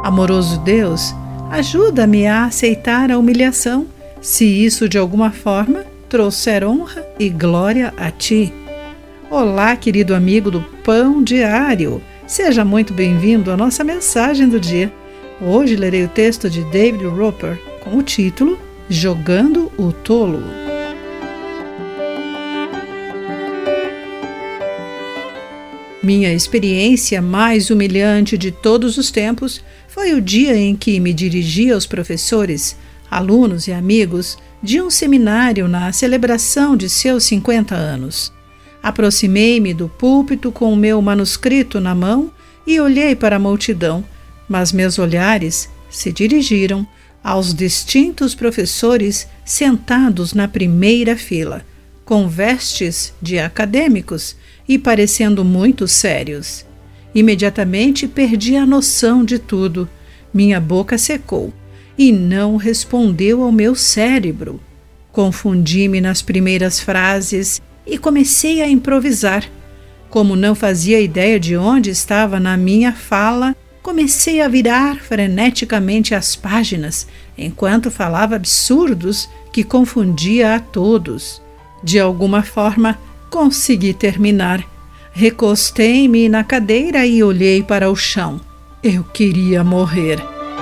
Amoroso Deus, ajuda-me a aceitar a humilhação, se isso de alguma forma trouxer honra e glória a Ti. Olá, querido amigo do Pão Diário. Seja muito bem-vindo à nossa mensagem do dia. Hoje lerei o texto de David Roper com o título Jogando o Tolo. Minha experiência mais humilhante de todos os tempos foi o dia em que me dirigi aos professores, alunos e amigos de um seminário na celebração de seus 50 anos. Aproximei-me do púlpito com o meu manuscrito na mão e olhei para a multidão, mas meus olhares se dirigiram aos distintos professores sentados na primeira fila, com vestes de acadêmicos e parecendo muito sérios. Imediatamente perdi a noção de tudo. Minha boca secou e não respondeu ao meu cérebro. Confundi-me nas primeiras frases e comecei a improvisar. Como não fazia ideia de onde estava na minha fala, comecei a virar freneticamente as páginas, enquanto falava absurdos que confundia a todos. De alguma forma, consegui terminar. Recostei-me na cadeira e olhei para o chão. Eu queria morrer.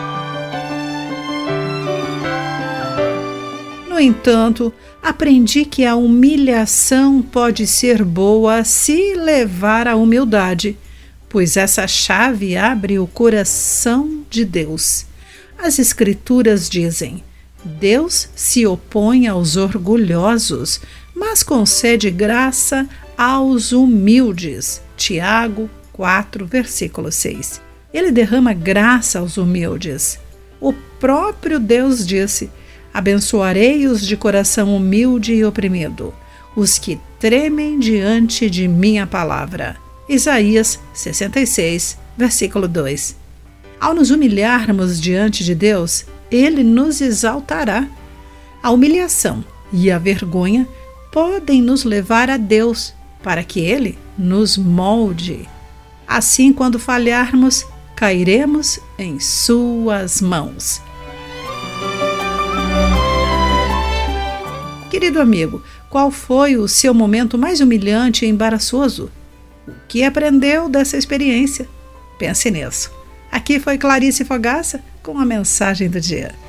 No entanto, aprendi que a humilhação pode ser boa se levar à humildade, pois essa chave abre o coração de Deus. As Escrituras dizem: Deus se opõe aos orgulhosos, mas concede graça aos humildes. Tiago 4, versículo 6. Ele derrama graça aos humildes. O próprio Deus disse: abençoarei os de coração humilde e oprimido, os que tremem diante de minha palavra. Isaías 66, versículo 2. Ao nos humilharmos diante de Deus, Ele nos exaltará. A humilhação e a vergonha podem nos levar a Deus, para que Ele nos molde. Assim, quando falharmos, cairemos em Suas mãos. Querido amigo, qual foi o seu momento mais humilhante e embaraçoso? O que aprendeu dessa experiência? Pense nisso. Aqui foi Clarice Fogaça com a mensagem do dia.